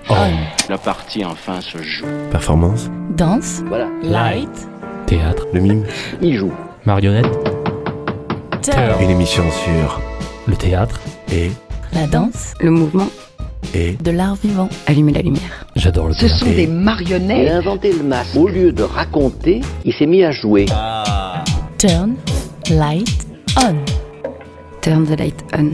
On. La partie enfin se joue. Performance. Danse. Voilà. Light. Théâtre. Le mime. Il joue. Marionnette. Turn. Une émission sur Le théâtre. et La danse. Le mouvement, et De l'art vivant. allumer la lumière. J'adore le Ce théâtre. sont Et- des Il marionnettes. a inventé le masque. Au lieu de raconter, il s'est mis à jouer. Turn. Light. On. Turn the light on.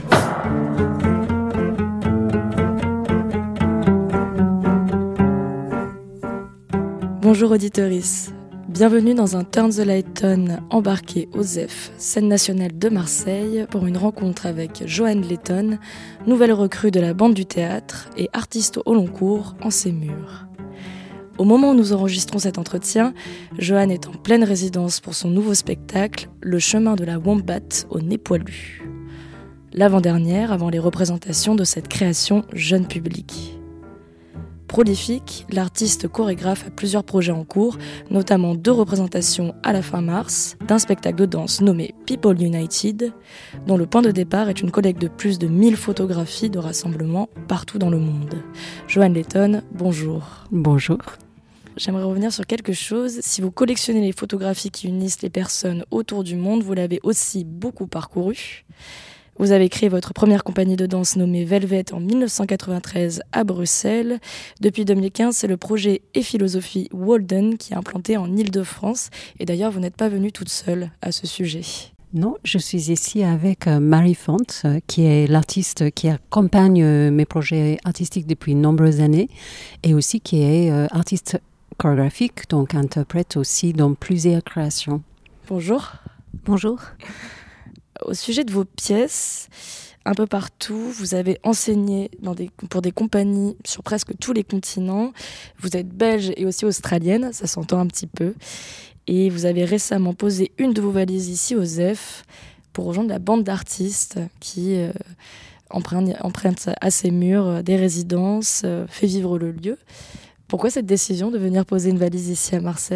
Bonjour auditeurice, bienvenue dans un Turn the Light On embarqué au ZEF, scène nationale de Marseille, pour une rencontre avec Joanne Letton, nouvelle recrue de la bande du théâtre et artiste au long cours en ses murs. Au moment où nous enregistrons cet entretien, Joanne est en pleine résidence pour son nouveau spectacle, Le chemin de la Wombat au nez poilu. L'avant-dernière avant les représentations de cette création jeune public. Prolifique, l'artiste chorégraphe a plusieurs projets en cours, notamment 2 représentations à la fin mars, d'un spectacle de danse nommé People United, dont le point de départ est une collecte de plus de 1000 photographies de rassemblements partout dans le monde. Joanne Letton, bonjour. Bonjour. J'aimerais revenir sur quelque chose. Si vous collectionnez les photographies qui unissent les personnes autour du monde, vous l'avez aussi beaucoup parcouru. Vous avez créé votre première compagnie de danse nommée Velvet en 1993 à Bruxelles. Depuis 2015, c'est le projet et philosophie Walden qui est implanté en Île-de-France. Et d'ailleurs, vous n'êtes pas venue toute seule à ce sujet. Non, je suis ici avec Marie Font, qui est l'artiste qui accompagne mes projets artistiques depuis de nombreuses années et aussi qui est artiste chorégraphique, donc interprète aussi dans plusieurs créations. Bonjour. Bonjour. Au sujet de vos pièces, un peu partout, vous avez enseigné pour des compagnies sur presque tous les continents. Vous êtes belge et aussi australienne, ça s'entend un petit peu. Et vous avez récemment posé une de vos valises ici au ZEF pour rejoindre la bande d'artistes qui emprunte à ses murs des résidences, fait vivre le lieu. Pourquoi cette décision de venir poser une valise ici à Marseille ?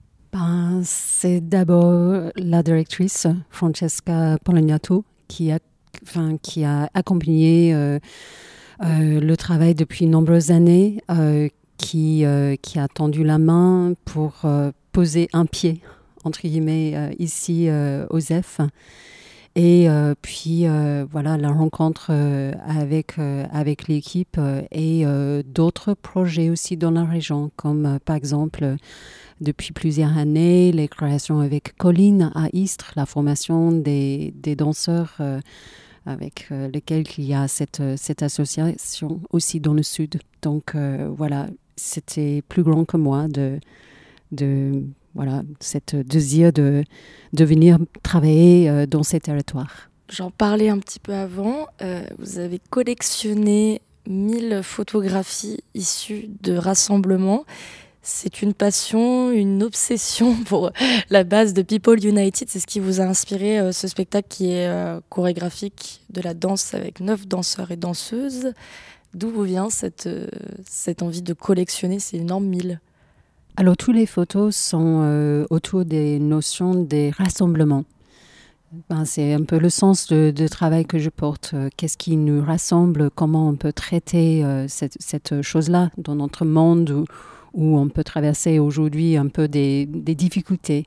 C'est d'abord la directrice Francesca Poloniato qui a accompagné le travail depuis de nombreuses années, qui a tendu la main pour poser un pied, entre guillemets, ici au ZEF. Et puis voilà, la rencontre avec l'équipe et d'autres projets aussi dans la région, comme par exemple, depuis plusieurs années, les créations avec Colline à Istres, la formation des danseurs avec lesquels il y a cette association aussi dans le sud. Donc voilà, c'était plus grand que moi voilà, cette désir de venir travailler dans ces territoires. J'en parlais un petit peu avant. Vous avez collectionné 1000 photographies issues de rassemblements. C'est une passion, une obsession pour la base de People United. C'est ce qui vous a inspiré ce spectacle qui est chorégraphique de la danse avec 9 danseurs et danseuses. D'où vous vient cette envie de collectionner ces énormes 1000 ? Alors, toutes les photos sont autour des notions des rassemblements. C'est un peu le sens de travail que je porte. Qu'est-ce qui nous rassemble? Comment on peut traiter cette chose-là dans notre monde où on peut traverser aujourd'hui un peu des difficultés.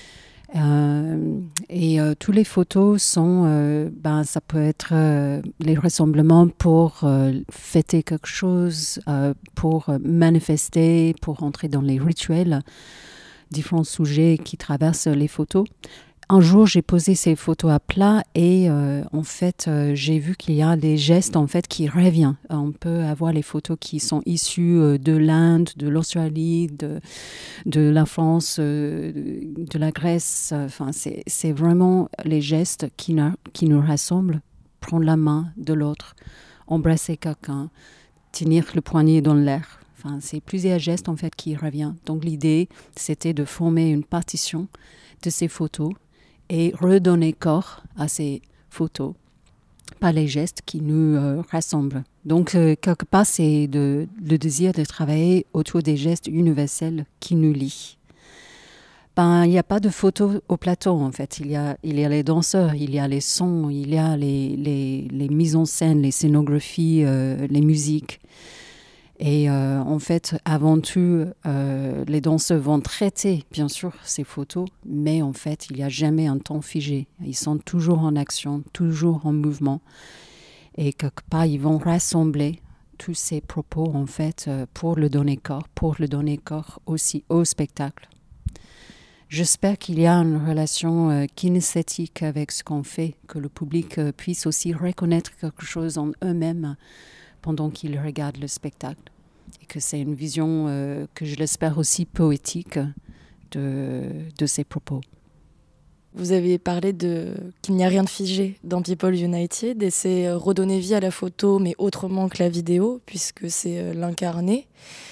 Toutes les photos sont, ça peut être les rassemblements pour fêter quelque chose, pour manifester, pour entrer dans les rituels, différents sujets qui traversent les photos. Un jour, j'ai posé ces photos à plat et en fait, j'ai vu qu'il y a des gestes en fait qui reviennent. On peut avoir les photos qui sont issues de l'Inde, de l'Australie, de la France, de la Grèce. Enfin, c'est vraiment les gestes qui nous rassemblent. Prendre la main de l'autre, embrasser quelqu'un, tenir le poignet dans l'air. Enfin, c'est plusieurs gestes en fait qui reviennent. Donc l'idée, c'était de former une partition de ces photos et redonner corps à ces photos par les gestes qui nous rassemblent. Donc, quelque part, c'est le désir de travailler autour des gestes universels qui nous lient. Il n'y a pas de photos au plateau, en fait. Il y a les danseurs, il y a les sons, il y a les mises en scène, les scénographies, les musiques. Et en fait, avant tout, les danseurs vont traiter, bien sûr, ces photos, mais en fait, il n'y a jamais un temps figé. Ils sont toujours en action, toujours en mouvement. Et quelque part, ils vont rassembler tous ces propos, en fait, pour le donner corps aussi au spectacle. J'espère qu'il y a une relation kinesthétique avec ce qu'on fait, que le public puisse aussi reconnaître quelque chose en eux-mêmes pendant qu'ils regardent le spectacle. Et que c'est une vision que je l'espère aussi poétique de ces propos. Vous avez parlé qu'il n'y a rien de figé dans People United et c'est redonner vie à la photo, mais autrement que la vidéo, puisque c'est l'incarner.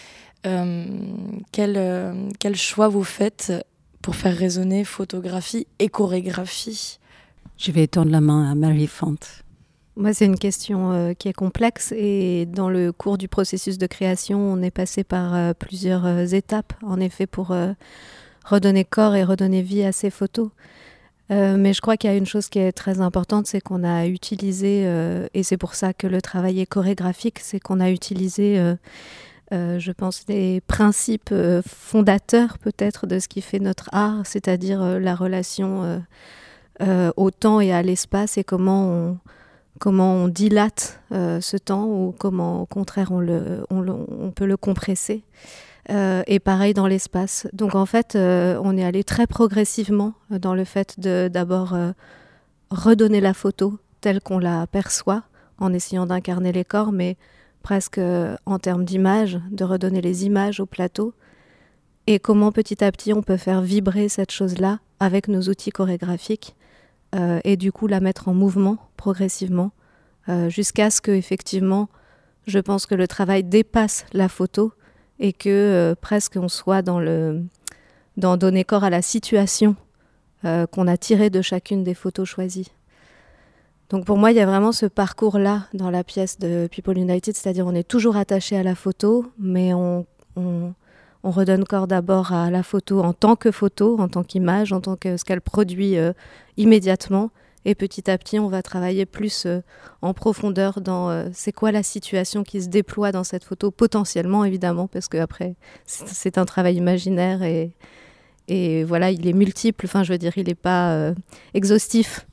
Quel choix vous faites pour faire résonner photographie et chorégraphie? Je vais tendre la main à Marie Fante. Moi, c'est une question qui est complexe et dans le cours du processus de création, on est passé par plusieurs étapes, en effet, pour redonner corps et redonner vie à ces photos. Mais je crois qu'il y a une chose qui est très importante, c'est qu'on a utilisé, et c'est pour ça que le travail est chorégraphique, c'est qu'on a utilisé, je pense, des principes fondateurs peut-être de ce qui fait notre art, c'est-à-dire la relation au temps et à l'espace et comment on dilate ce temps ou comment au contraire on peut le compresser. Et pareil dans l'espace. Donc en fait, on est allé très progressivement dans le fait de d'abord redonner la photo telle qu'on la perçoit, en essayant d'incarner les corps, mais presque en termes d'images, de redonner les images au plateau, et comment petit à petit on peut faire vibrer cette chose-là avec nos outils chorégraphiques, et du coup la mettre en mouvement progressivement, jusqu'à ce que effectivement, je pense que le travail dépasse la photo, et que presque on soit dans donner corps à la situation qu'on a tirée de chacune des photos choisies. Donc pour moi, il y a vraiment ce parcours-là dans la pièce de People United, c'est-à-dire on est toujours attaché à la photo, mais on redonne corps d'abord à la photo, en tant qu'image, en tant que ce qu'elle produit immédiatement. Et petit à petit, on va travailler plus en profondeur dans c'est quoi la situation qui se déploie dans cette photo, potentiellement évidemment, parce qu'après, c'est un travail imaginaire et voilà, il est multiple, enfin je veux dire, il n'est pas exhaustif.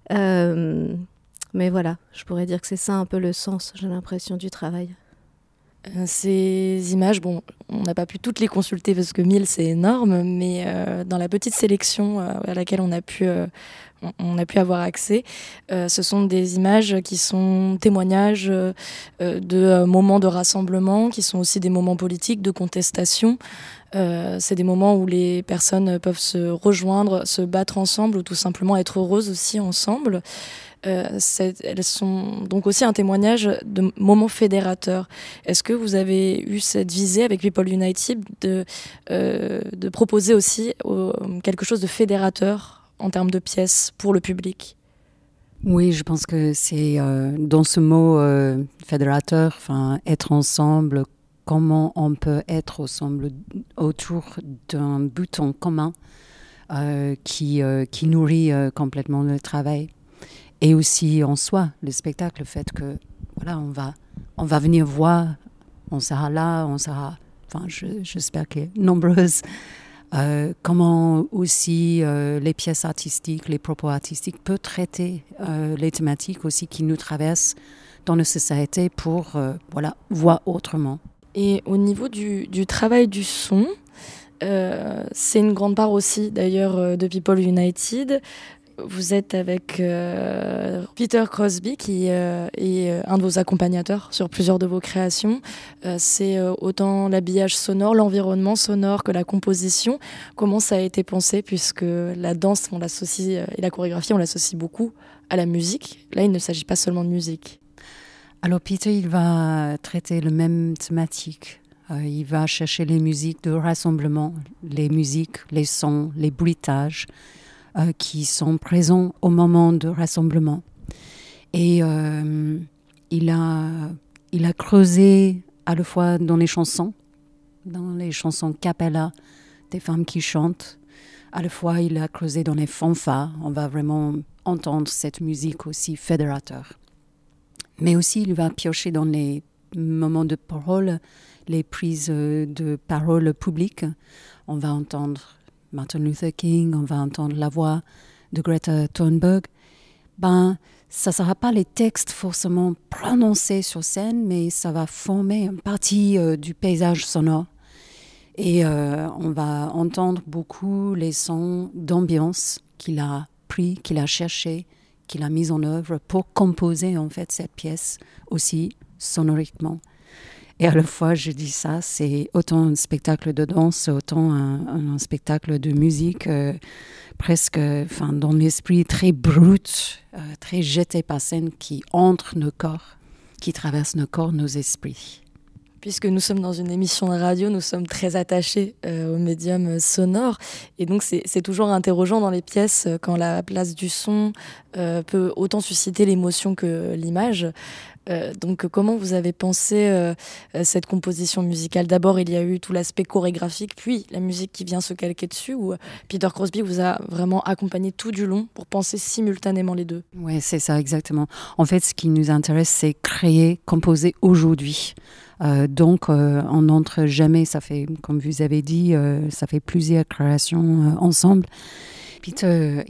Mais voilà, je pourrais dire que c'est ça un peu le sens, j'ai l'impression, du travail. Ces images, bon, on n'a pas pu toutes les consulter parce que 1000 c'est énorme, mais dans la petite sélection à laquelle on a pu avoir accès, ce sont des images qui sont témoignages de moments de rassemblement, qui sont aussi des moments politiques, de contestation. C'est des moments où les personnes peuvent se rejoindre, se battre ensemble ou tout simplement être heureuses aussi ensemble. Elles sont donc aussi un témoignage de moments fédérateurs. Est-ce que vous avez eu cette visée avec People United de proposer aussi quelque chose de fédérateur en termes de pièces pour le public? Oui, je pense que c'est dans ce mot fédérateur, enfin être ensemble, comment on peut être ensemble autour d'un but en commun qui nourrit complètement le travail. Et aussi en soi, le spectacle, le fait que voilà, on va venir voir, on sera là, enfin j'espère qu'il y a nombreuses, comment aussi les pièces artistiques, les propos artistiques peuvent traiter les thématiques aussi qui nous traversent dans nos sociétés pour voir autrement. Et au niveau du travail du son, c'est une grande part aussi d'ailleurs de People United. Vous êtes avec Peter Crosby qui est un de vos accompagnateurs sur plusieurs de vos créations. C'est autant l'habillage sonore, l'environnement sonore que la composition. Comment ça a été pensé, puisque la danse on l'associe, et la chorégraphie on l'associe beaucoup à la musique. Là il ne s'agit pas seulement de musique. Alors Peter il va traiter le même thématique. Il va chercher les musiques de rassemblement, les musiques, les sons, les bruitages qui sont présents au moment de rassemblement. Et il a creusé à la fois dans les chansons cappella, des femmes qui chantent, à la fois il a creusé dans les fanfares. On va vraiment entendre cette musique aussi fédérateur. Mais aussi il va piocher dans les moments de parole, les prises de parole publiques. On va entendre Martin Luther King, on va entendre la voix de Greta Thunberg. Ça ne sera pas les textes forcément prononcés sur scène, mais ça va former une partie du paysage sonore. Et on va entendre beaucoup les sons d'ambiance qu'il a pris, qu'il a cherché, qu'il a mis en œuvre pour composer en fait cette pièce aussi sonoriquement. Et à la fois, je dis ça, c'est autant un spectacle de danse, autant un spectacle de musique presque dans l'esprit très brut, très jeté par scène qui entre nos corps, qui traverse nos corps, nos esprits. Puisque nous sommes dans une émission de radio, nous sommes très attachés au médium sonore. Et donc, c'est toujours interrogeant dans les pièces quand la place du son peut autant susciter l'émotion que l'image. Donc, comment vous avez pensé cette composition musicale ? D'abord, il y a eu tout l'aspect chorégraphique, puis la musique qui vient se calquer dessus, où Peter Crosby vous a vraiment accompagné tout du long pour penser simultanément les deux. Oui, c'est ça, exactement. En fait, ce qui nous intéresse, c'est créer, composer aujourd'hui. Donc, on n'entre jamais, ça fait, comme vous avez dit, ça fait plusieurs créations ensemble. Peter,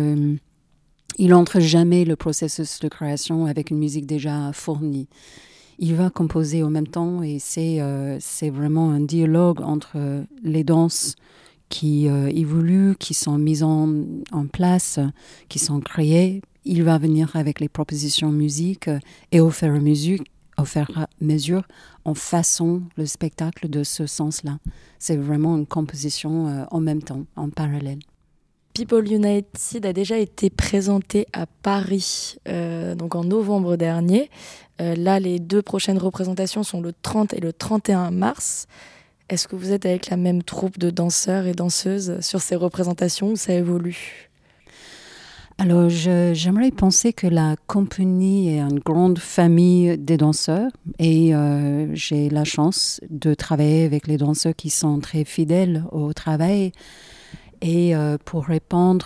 il n'entre jamais le processus de création avec une musique déjà fournie. Il va composer en même temps et c'est vraiment un dialogue entre les danses qui évoluent, qui sont mises en place, qui sont créées. Il va venir avec les propositions musique et au fur et à mesure, on façonne le spectacle de ce sens-là. C'est vraiment une composition en même temps, en parallèle. People United a déjà été présenté à Paris donc en novembre dernier. Là, les 2 prochaines représentations sont le 30 et le 31 mars. Est-ce que vous êtes avec la même troupe de danseurs et danseuses sur ces représentations ou ça évolue ? Alors, j'aimerais penser que la compagnie est une grande famille des danseurs et j'ai la chance de travailler avec les danseurs qui sont très fidèles au travail. Et pour répondre,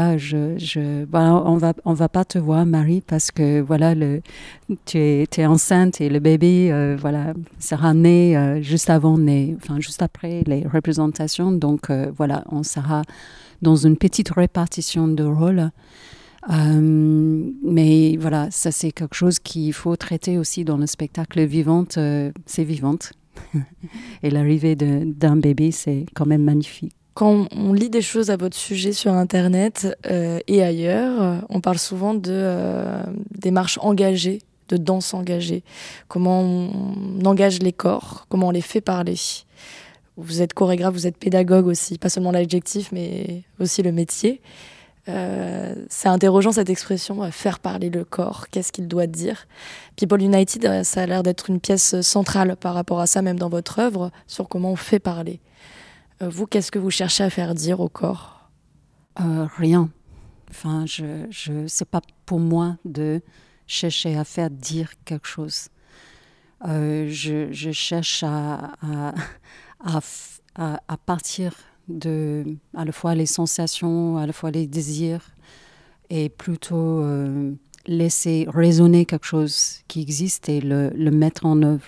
on va pas te voir, Marie, parce que tu es enceinte et le bébé, sera né juste après les représentations. Donc on sera dans une petite répartition de rôles. Mais voilà, ça c'est quelque chose qu'il faut traiter aussi dans le spectacle vivante. C'est vivante. Et l'arrivée d'un bébé, c'est quand même magnifique. Quand on lit des choses à votre sujet sur Internet et ailleurs, on parle souvent de démarches engagées, de danse engagée. Comment on engage les corps, comment on les fait parler. Vous êtes chorégraphe, vous êtes pédagogue aussi, pas seulement l'adjectif, mais aussi le métier. C'est interrogeant cette expression, faire parler le corps, qu'est-ce qu'il doit dire. People United, ça a l'air d'être une pièce centrale par rapport à ça, même dans votre œuvre, sur comment on fait parler. Vous, qu'est-ce que vous cherchez à faire dire au corps ? Rien. C'est pas pour moi de chercher à faire dire quelque chose. Je cherche à partir de à la fois les sensations, à la fois les désirs, et plutôt laisser résonner quelque chose qui existe et le mettre en œuvre.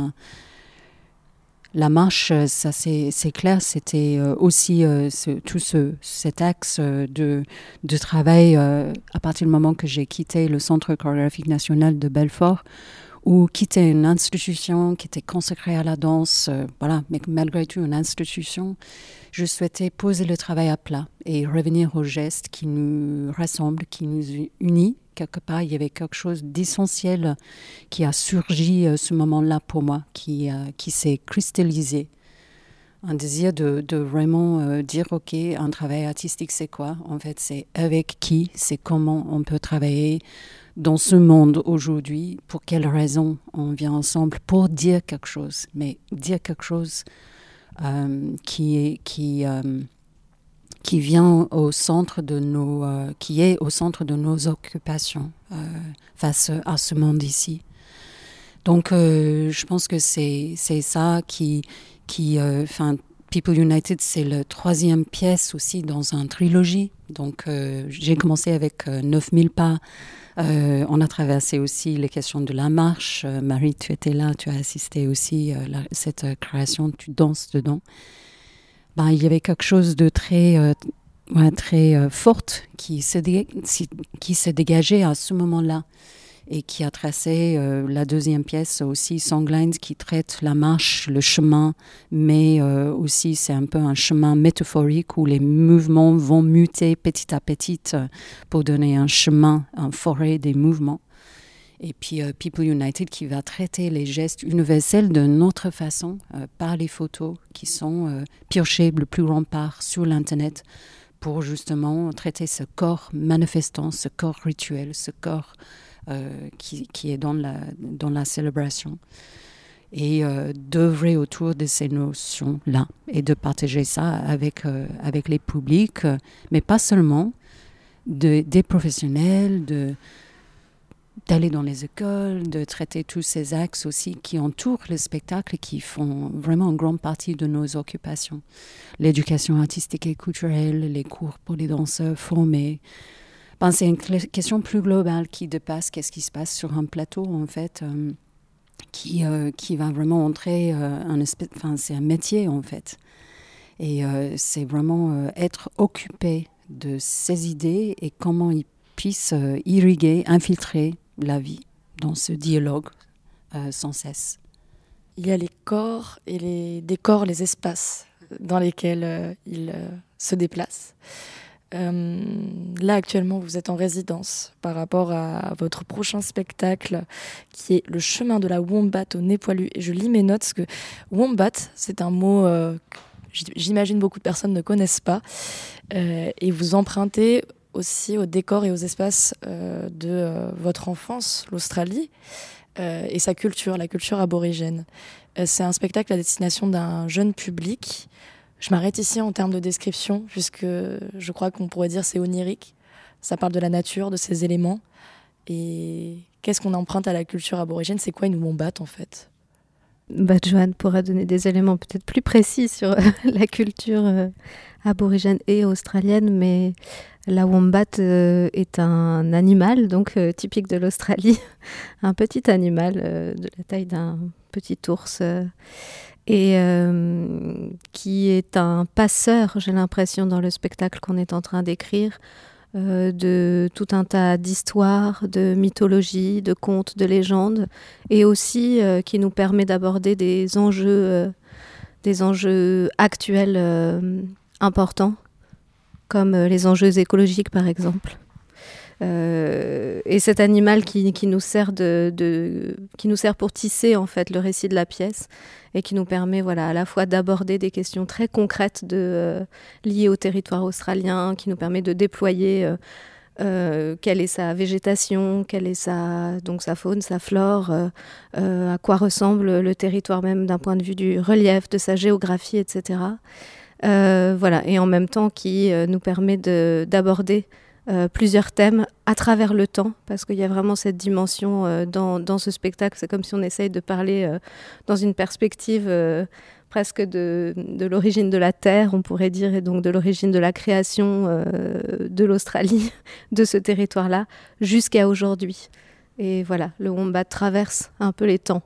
La marche, ça c'est clair, c'était aussi cet axe de travail à partir du moment que j'ai quitté le Centre chorégraphique national de Belfort, ou quitter une institution qui était consacrée à la danse, mais malgré tout une institution, je souhaitais poser le travail à plat et revenir au geste qui nous rassemble, qui nous unit. Quelque part, il y avait quelque chose d'essentiel qui a surgi ce moment-là pour moi, qui s'est cristallisé. Un désir de vraiment dire, OK, un travail artistique, c'est quoi ? En fait, c'est avec qui, c'est comment on peut travailler dans ce monde aujourd'hui, pour quelles raisons on vient ensemble pour dire quelque chose, mais dire quelque chose qui vient au centre de qui est au centre de nos occupations face à ce monde ici. Donc, je pense que c'est ça qui People United, c'est la 3e pièce aussi dans une trilogie. Donc, j'ai commencé avec 9000 pas. On a traversé aussi les questions de la marche. Marie, tu étais là, tu as assisté aussi à cette création, tu danses dedans. Il y avait quelque chose de très forte qui s'est dégagé à ce moment-là et qui a tracé la 2e pièce aussi, Songlines, qui traite la marche, le chemin, mais aussi c'est un peu un chemin métaphorique où les mouvements vont muter petit à petit pour donner un chemin, un forêt des mouvements. Et puis People United qui va traiter les gestes universels d'une autre façon par les photos qui sont piochées le plus grande part sur l'Internet pour justement traiter ce corps manifestant, ce corps rituel, ce corps qui est dans la célébration. Et d'œuvrer autour de ces notions-là et de partager ça avec les publics, mais pas seulement, des professionnels, d'aller dans les écoles, de traiter tous ces axes aussi qui entourent le spectacle et qui font vraiment une grande partie de nos occupations. L'éducation artistique et culturelle, les cours pour les danseurs formés. C'est une question plus globale qui dépasse qu'est-ce qui se passe sur un plateau, en fait, qui va vraiment entrer c'est un métier, en fait. Et c'est vraiment être occupé de ces idées et comment ils puissent irriguer, infiltrer la vie dans ce dialogue sans cesse. Il y a les corps et les décors, les espaces dans lesquels ils se déplacent. Là, actuellement, vous êtes en résidence par rapport à votre prochain spectacle qui est Le chemin de la Wombat au nez poilu. Et je lis mes notes parce que Wombat, c'est un mot que j'imagine beaucoup de personnes ne connaissent pas. Et vous empruntez aussi aux décors et aux espaces de votre enfance, l'Australie, et sa culture, la culture aborigène. C'est un spectacle à destination d'un jeune public. Je m'arrête ici en termes de description, puisque je crois qu'on pourrait dire c'est onirique. Ça parle de la nature, de ses éléments. Et qu'est-ce qu'on emprunte à la culture aborigène ? C'est quoi une wombat, en fait ? Joanne pourra donner des éléments peut-être plus précis sur la culture aborigène et australienne, mais la wombat est un animal donc typique de l'Australie, un petit animal de la taille d'un petit ours et qui est un passeur, j'ai l'impression, dans le spectacle qu'on est en train d'écrire, de tout un tas d'histoires, de mythologies, de contes, de légendes, et aussi qui nous permet d'aborder des enjeux actuels importants, comme les enjeux écologiques par exemple. Et cet animal qui nous sert qui nous sert pour tisser en fait le récit de la pièce et qui nous permet à la fois d'aborder des questions très concrètes liées au territoire australien, qui nous permet de déployer quelle est sa végétation, quelle est sa faune, sa flore, à quoi ressemble le territoire même d'un point de vue du relief, de sa géographie, etc. Et en même temps qui nous permet d'aborder plusieurs thèmes à travers le temps, parce qu'il y a vraiment cette dimension dans ce spectacle. C'est comme si on essaye de parler dans une perspective presque de l'origine de la Terre, on pourrait dire, et donc de l'origine de la création de l'Australie, de ce territoire-là, jusqu'à aujourd'hui. Et voilà, le wombat traverse un peu les temps.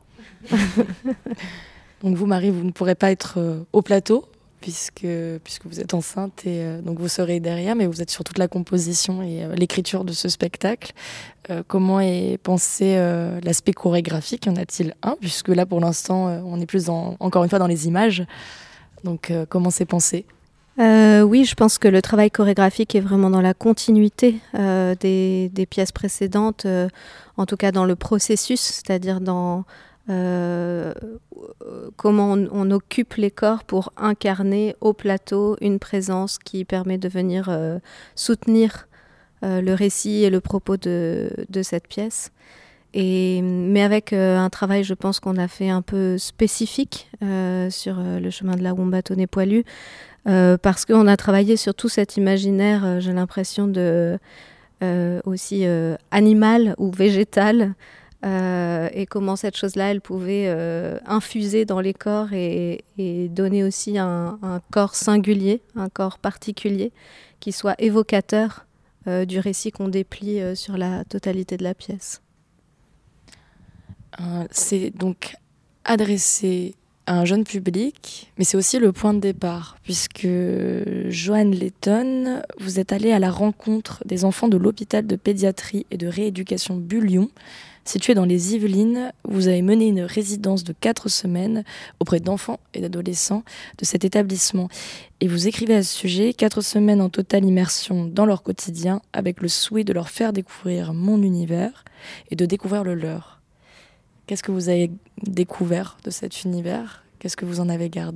Donc vous, Marie, vous ne pourrez pas être au plateau, puisque vous êtes enceinte et donc vous serez derrière, mais vous êtes sur toute la composition et l'écriture de ce spectacle. Comment est pensé l'aspect chorégraphique ? Y en a-t-il un ? Puisque là, pour l'instant, on est plus encore une fois dans les images. Donc, comment c'est pensé ? Oui, je pense que le travail chorégraphique est vraiment dans la continuité des pièces précédentes, en tout cas dans le processus, c'est-à-dire dans comment on occupe les corps pour incarner au plateau une présence qui permet de venir soutenir le récit et le propos de cette pièce. Mais avec un travail, je pense qu'on a fait un peu spécifique sur le chemin de la Wombat au nez poilu, parce qu'on a travaillé sur tout cet imaginaire, j'ai l'impression, aussi animal ou végétal, et comment cette chose-là, elle pouvait infuser dans les corps et donner aussi un corps singulier, un corps particulier, qui soit évocateur du récit qu'on déplie sur la totalité de la pièce. C'est donc adressé à un jeune public, mais c'est aussi le point de départ, puisque Joanne Letton, vous êtes allée à la rencontre des enfants de l'hôpital de pédiatrie et de rééducation Bullion, situé dans les Yvelines. Vous avez mené une résidence de 4 semaines auprès d'enfants et d'adolescents de cet établissement. Et vous écrivez à ce sujet, 4 semaines en totale immersion dans leur quotidien, avec le souhait de leur faire découvrir mon univers et de découvrir le leur. Qu'est-ce que vous avez découvert de cet univers ? Qu'est-ce que vous en avez gardé ?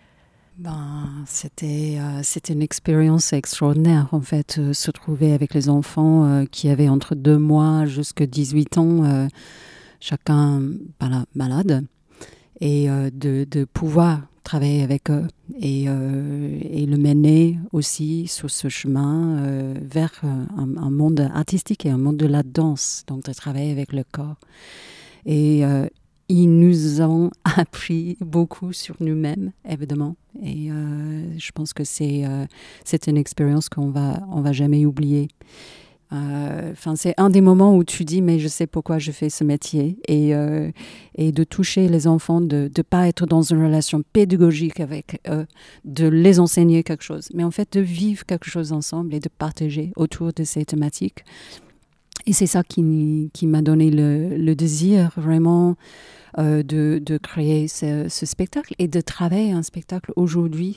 C'était une expérience extraordinaire, en fait, se trouver avec les enfants qui avaient entre 2 mois jusqu'à 18 ans, chacun malade, et de pouvoir travailler avec eux et le mener aussi sur ce chemin vers un monde artistique et un monde de la danse, donc de travailler avec le corps. Et ils nous ont appris beaucoup sur nous-mêmes, évidemment. Et je pense que c'est une expérience qu'on va jamais oublier. C'est un des moments où tu dis, mais je sais pourquoi je fais ce métier. Et de toucher les enfants, de ne pas être dans une relation pédagogique avec eux, de les enseigner quelque chose. Mais en fait, de vivre quelque chose ensemble et de partager autour de ces thématiques. Et c'est ça qui m'a donné le désir vraiment de créer ce spectacle et de travailler un spectacle aujourd'hui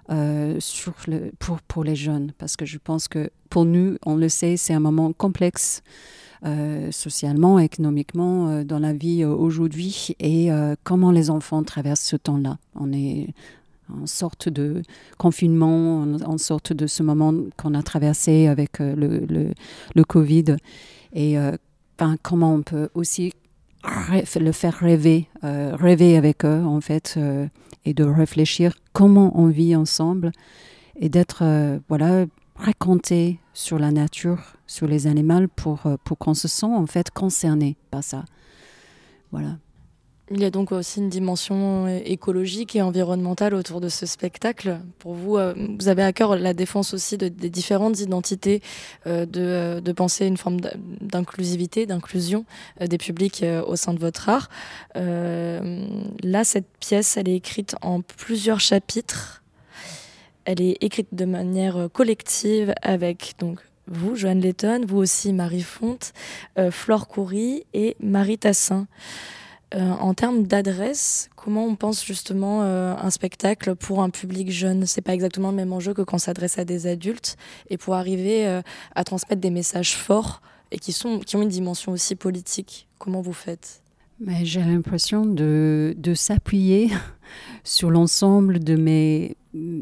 pour les jeunes. Parce que je pense que pour nous, on le sait, c'est un moment complexe socialement, économiquement dans la vie aujourd'hui. Et comment les enfants traversent ce temps-là. On est en sorte de confinement, en sorte de ce moment qu'on a traversé avec le Covid. Et comment on peut aussi le faire rêver avec eux, en fait, et de réfléchir comment on vit ensemble et d'être, raconté sur la nature, sur les animaux pour qu'on se sente, en fait, concerné par ça. Voilà. Il y a donc aussi une dimension écologique et environnementale autour de ce spectacle. Pour vous, vous avez à cœur la défense aussi des différentes identités, de penser une forme d'inclusivité, d'inclusion des publics au sein de votre art. Là, cette pièce, elle est écrite en plusieurs chapitres. Elle est écrite de manière collective avec donc vous, Joanne Letton, vous aussi, Marie Fonte, Flore Coury et Marie Tassin. En termes d'adresse, comment on pense justement un spectacle pour un public jeune ? C'est pas exactement le même enjeu que quand on s'adresse à des adultes, et pour arriver à transmettre des messages forts et qui ont une dimension aussi politique. Comment vous faites ? Mais j'ai l'impression de s'appuyer sur l'ensemble de mes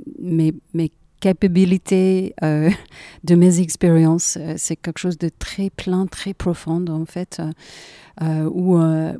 capacités, de mes expériences. C'est quelque chose de très plein, très profond en fait. Où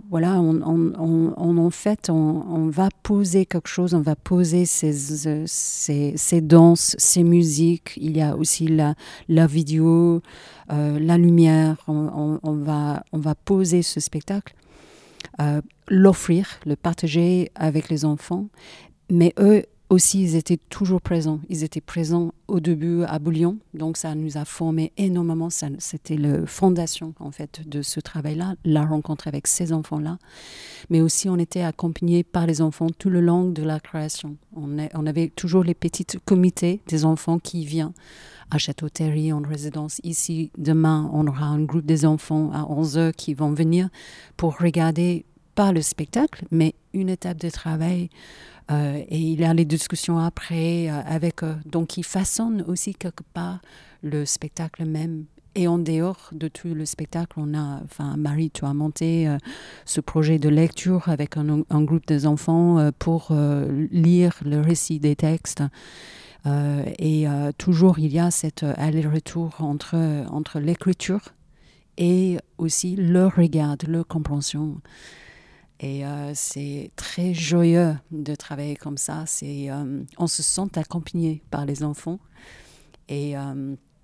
on va poser quelque chose, on va poser ces danses, ces musiques. Il y a aussi la vidéo, la lumière. On va poser ce spectacle, l'offrir, le partager avec les enfants. Mais eux aussi, ils étaient toujours présents. Ils étaient présents au début à Bullion, donc ça nous a formé énormément. C'était la fondation en fait de ce travail-là, la rencontre avec ces enfants-là. Mais aussi, on était accompagnés par les enfants tout le long de la création. On avait toujours les petits comités des enfants qui viennent à Château-Thierry en résidence. Ici, demain, on aura un groupe des enfants à 11h qui vont venir pour regarder pas le spectacle, mais une étape de travail. Et il y a les discussions après avec eux. Donc, ils façonnent aussi quelque part le spectacle même. Et en dehors de tout le spectacle, Marie, tu as monté ce projet de lecture avec un groupe des enfants pour lire le récit des textes. Et toujours, il y a cet aller-retour entre l'écriture et aussi leur regard, leur compréhension. Et c'est très joyeux de travailler comme ça. On se sent accompagné par les enfants. Et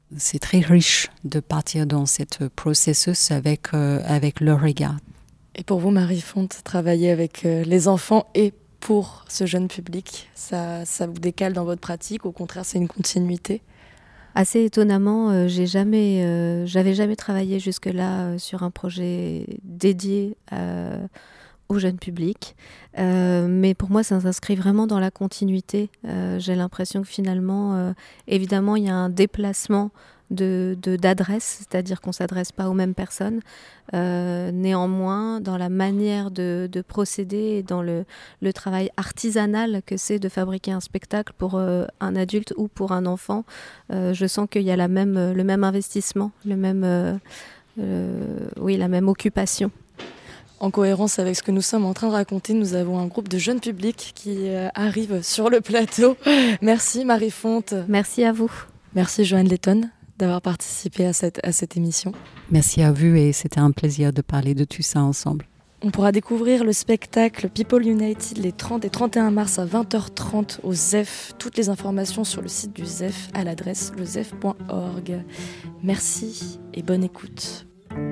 c'est très riche de partir dans ce processus avec le regard. Et pour vous, Marie-Fonte, travailler avec les enfants et pour ce jeune public, ça vous décale dans votre pratique? Au contraire, c'est une continuité? Assez étonnamment, j'avais jamais travaillé jusque-là sur un projet dédié au jeune public. Mais pour moi, ça s'inscrit vraiment dans la continuité. J'ai l'impression que finalement, évidemment, il y a un déplacement d'adresse, c'est-à-dire qu'on ne s'adresse pas aux mêmes personnes. Néanmoins, dans la manière de procéder et dans le travail artisanal que c'est de fabriquer un spectacle pour un adulte ou pour un enfant, je sens qu'il y a le même investissement, la même occupation. En cohérence avec ce que nous sommes en train de raconter, nous avons un groupe de jeunes publics qui arrive sur le plateau. Merci Marie-Fonte. Merci à vous. Merci Joanne Letton d'avoir participé à cette émission. Merci à vous et c'était un plaisir de parler de tout ça ensemble. On pourra découvrir le spectacle People United les 30 et 31 mars à 20h30 au ZEF. Toutes les informations sur le site du ZEF à l'adresse lezef.org. Merci et bonne écoute.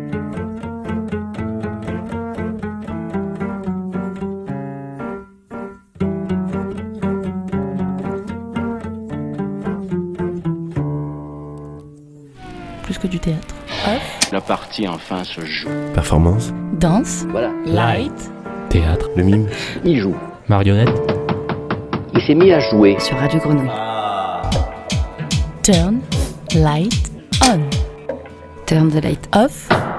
Plus que du théâtre. Off. La partie enfin se joue. Performance, Danse. Voilà. Light. Théâtre. le mime, Il joue. Marionnette. Il s'est mis à jouer. Sur Radio Grenouille. Turn. Light. On. Turn the light off.